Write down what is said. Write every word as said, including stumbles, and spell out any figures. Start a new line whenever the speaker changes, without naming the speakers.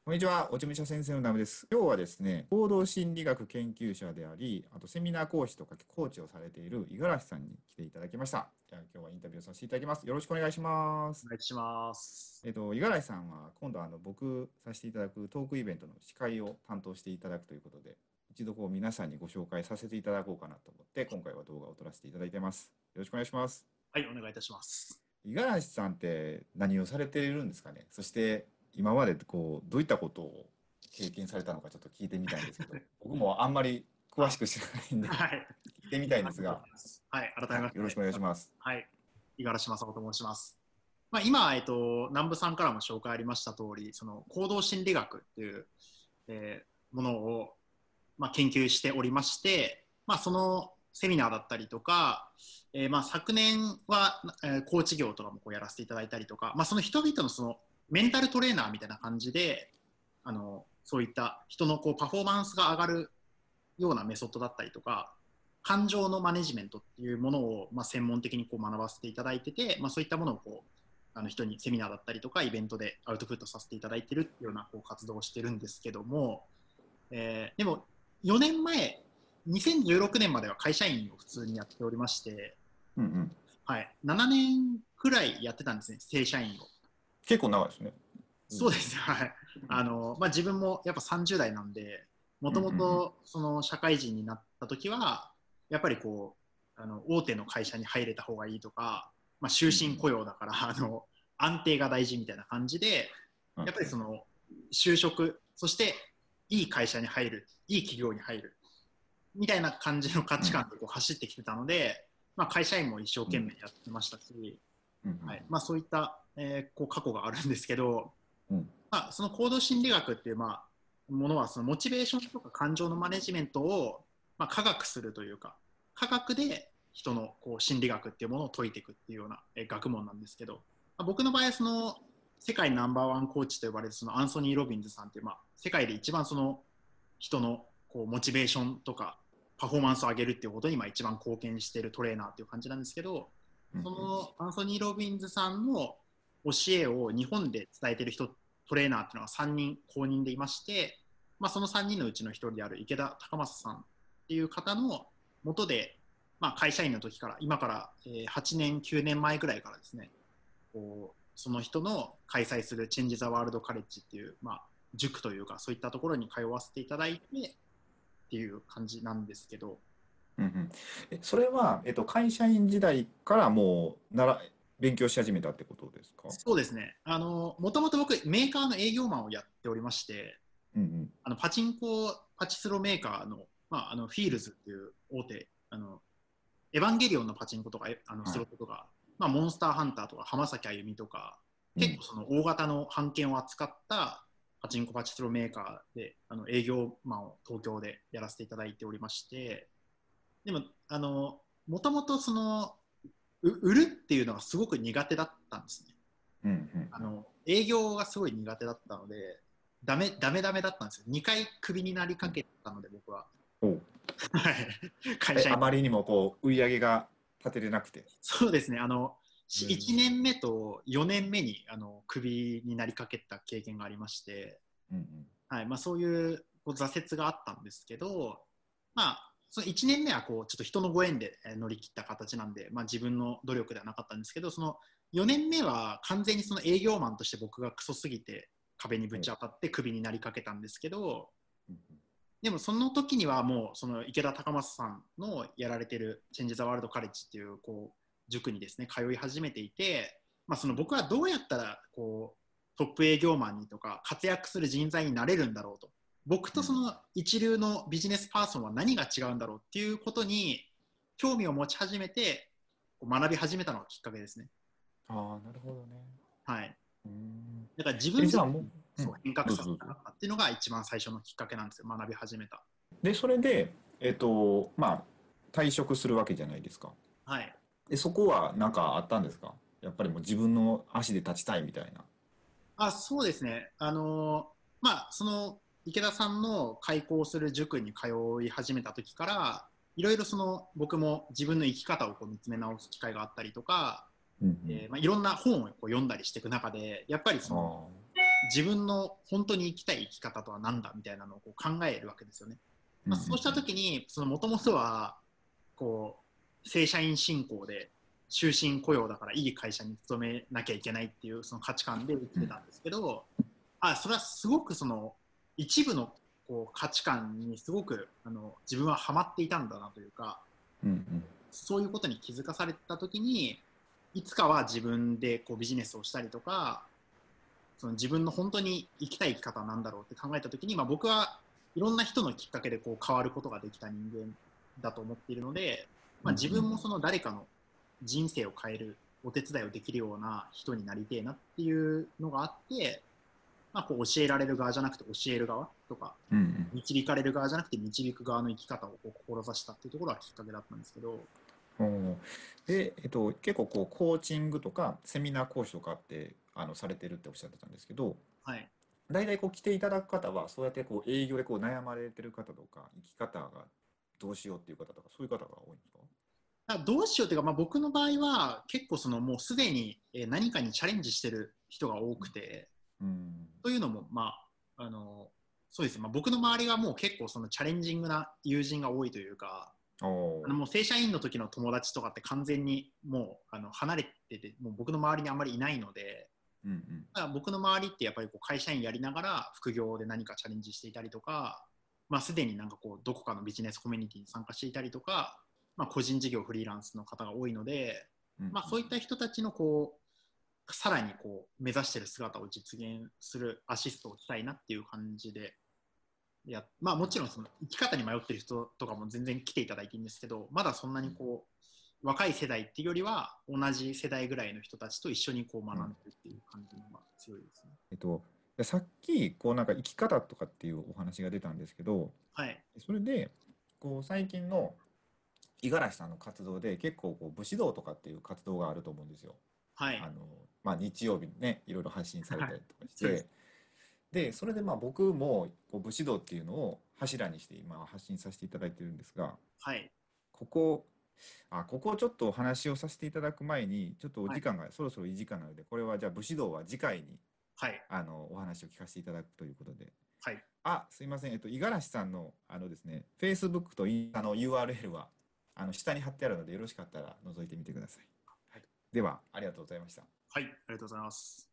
こんにちは、おちむしゃ先生のナムです。今日はですね、行動心理学研究者であり、あとセミナー講師とかコーチをされている五十嵐さんに来ていただきました。じゃあ今日はインタビューをさせていただきます。よろしくお願いします。
お願いします。
えっと、五十嵐さんは今度あの僕させていただくトークイベントの司会を担当していただくということで、一度こう皆さんにご紹介させていただこうかなと思って、今回は動画を撮らせていただいてます。よろしくお願いします。
はい、お願いいたします。
五十嵐さんって何をされているんですかね。そして今までこうどういったことを経験されたのかちょっと聞いてみたいんですけど、僕もあんまり詳し
あ、
く知らないんで
はい。
聞いてみたいん
ありがとう
ですが、
ございます。はい、改め
はい、
まして、
よろしくお願いします。
はい、五十嵐正夫と申します。まあ、今、えっと、南部さんからも紹介ありました通り、その行動心理学っていう、えーものを、まあ、研究しておりまして、まあ、そのセミナーだったりとか、えーまあ、昨年は、えーコーチ業とかもこうやらせていただいたりとか、まあ、その人々のそのメンタルトレーナーみたいな感じで、あのそういった人のこうパフォーマンスが上がるようなメソッドだったりとか、感情のマネジメントっていうものを、まあ、専門的にこう学ばせていただいてて、まあ、そういったものをこうあの人にセミナーだったりとかイベントでアウトプットさせていただいているっていうようなこう活動をしてるんですけども、えーでもよねんまえ、にせんじゅうろくねんまでは会社員を普通にやっておりまして、
うんうん。
はい、ななねんくらいやってたんですね、正社員を。
結構長いですね。うん。
そうですね、はい。あの、まあ、自分もやっぱさんじゅう代なんで、もとも
うんうんうん。
とその社会人になった時は、やっぱりこう、あの、大手の会社に入れた方がいいとか、まあ、終
うんうん。
身雇用だから、あの、安定が大事みたいな感じで、やっぱりその、就職、そしていい会社に入る、いい企業に入る、みたいな感じの価
うんうん
値観でこう走ってきてたので、まあ、会社員も一生懸命やってましたし、
うん
はい、まあ、そういった、えーこう過去があるんですけど、
うん。
まあ、その行動心理学っていう、まあ、ものはそのモチベーションとか感情のマネジメントを、まあ、科学するというか、科学で人のこう心理学っていうものを解いていくっていうような、えー学問なんですけど、まあ、僕の場合はその世界ナンバーワンコーチと呼ばれるそのアンソニー・ロビンズさんっていう、まあ、世界で一番その人のこうモチベーションとかパフォーマンスを上げるっていうことにまあ一番貢献しているトレーナーっていう感じなんですけど、そ
うんうん。
のアンソニー・ロビンズさんの教えを日本で伝えている人、トレーナーっていうのがさんにん公認でいまして、まあ、そのさんにんのうちのひとりである池田隆正さんっていう方のもとで、まあ、会社員の時から、今からはちねん、きゅうねんまえぐらいからですね、こうその人の開催するチェンジ・ザ・ワールド・カレッジっていう、まあ、塾というか、そういったところに通わせていただいてっていう感じなんですけど、
うんうん。え、それは、えっと、会社員時代からもう、なら、勉強し始めたってことですか？
そうですね、あの、もともと僕、メーカーの営業マンをやっておりまして、
うん
あのパチンコ、パチスロメーカーの、まあ、あのフィールズっていう大手、あのエヴァンゲリオンのパチンコとか、あの
うん。
ス
はい。
ロットとか、まあ、モンスターハンターとか、浜崎あゆみとか、
うん。
結構その大型の版権を扱ったパチンコ、パチスロメーカーで、あの営業マンを東京でやらせていただいておりまして、でも、あの、もともとその、う売るっていうのがすごく苦手だったんですね。
うんうん
あの、営業がすごい苦手だったので、ダメ、ダメダメだったんですよ。にかいクビになり
うん。
かけたので、僕は。
おう。
はい。会
え、
社員。
あまりにもこう、売り上げが立てれなくて。
そうですね。あの、
へ
いちねん
え。
めとよねんめに、あの、クビになりかけた経験がありまして、
うんうん。
はい。まあ、そういうこう挫折があったんですけど、まあ、そのいちねんめはこう、ちょっと人のご縁でえー乗り切った形なんで、まあ自分の努力ではなかったんですけど、そのよねんめは完全にその営業マンとして僕がクソすぎて壁にぶち当たってクビになりかけたんですけど、
うん
でもその時にはもうその池田隆正さんのやられてるチェンジ・ザ・ワールド・カレッジっていうこう塾にですね通い始めていて、まあ、その僕はどうやったらこうトップ営業マンにとか活躍する人材になれるんだろうと、僕
うん。うん。
とその一流のビジネスパーソンは何が違うんだろうっていうことに興味を持ち始めて学び始めたのがきっかけですね。
ああ、なるほどね。
はい。
うーん。
だから自分
え、
自
じゃあも
身
う、うん。
そう変革
どうぞどうぞ。
させたかったっていうのが一番最初のきっかけなんですよ。学び始めた。
で、それで、えっと、まあ、退職するわけじゃないですか。
はい。
で、そこはなんかあったんですか？やっぱりもう自分の足で立ちたいみたいな。
あ、そうですね。あのーまあ、その池田さんの開校する塾に通い始めた時から、いろいろその僕も自分の生き方をこう見つめ直す機会があったりとか、
うん
えーまあ、いろんな本をこう読んだりしていく中で、やっぱりその
うん。ああ。
自分の本当に生きたい生き方とは何だみたいなのをこう考えるわけですよね。まあ、そうした時にもともとはこう正社員信仰で終身雇用だからいい会社に勤めなきゃいけないっていうその価値観で生きてたんですけど、あそれはすごくその一部のこう価値観にすごくあの自分はハマっていたんだなというか、
うんうん、
そういうことに気づかされた時にいつかは自分でこうビジネスをしたりとか、その自分の本当に生きたい生き方は何だろうって考えた時に、まあ、僕はいろんな人のきっかけでこう変わることができた人間だと思っているので、まあ、自分もその誰かの人生を変えるお手伝いをできるような人になりてえなっていうのがあって、まあ、こう教えられる側じゃなくて教える側とか、
うんうん、
導かれる側じゃなくて導く側の生き方をこう志したっていうところがきっかけだったんですけど。
で、えっと、結構こうコーチングとかセミナー講師とかってあのされてるっておっしゃってたんですけど、
はい、
大体こう来ていただく方はそうやってこう営業でこう悩まれてる方とか生き方がどうしようっていう方とかそういう方が多いんですか？
どうしようというか、まあ、僕の場合は結構そのもうすでに何かにチャレンジしてる人が多くて、
うん、
というのも、まあ、あのそうですね、まあ、僕の周りがもう結構そのチャレンジングな友人が多いというか、あのもう正社員の時の友達とかって完全にもうあの離れてて、もう僕の周りにあんまりいないので、
うんうん、
だから僕の周りってやっぱりこう会社員やりながら副業で何かチャレンジしていたりとか、まあ、すでになんかこうどこかのビジネスコミュニティに参加していたりとか、まあ、個人事業フリーランスの方が多いので、
うんうん、
まあ、そういった人たちのこうさらにこう目指している姿を実現するアシストをしたいなっていう感じでや、まあ、もちろんその生き方に迷っている人とかも全然来ていただいていいんですけど、まだそんなにこう若い世代っていうよりは同じ世代ぐらいの人たちと一緒にこう学んでるっていう感じのが強いですね。
えっと、さっきこうなんか生き方とかっていうお話が出たんですけど、
はい、
それでこう最近の五十嵐さんの活動で結構こう武士道とかっていう活動があると思うんですよ。
はい、
あのまあ、日曜日にねいろいろ発信されたりとかし
そうです。
て、でそれでまあ僕もこう武士道っていうのを柱にして今発信させていただいてるんですが、
はい、
ここあここをちょっとお話をさせていただく前にちょっとお
はい、
時間がそろそろいい時間なので、これはじゃあ武士道は次回に
はい、
あのお話を聞かせていただくということで。
はい。
あ、すいません、えっと、五十嵐さんのあのですね、Facebook とインスタの ユーアールエル はあの下に貼ってあるので、よろしかったら覗いてみてください。はい、では、ありがとうございました。
はい、ありがとうございます。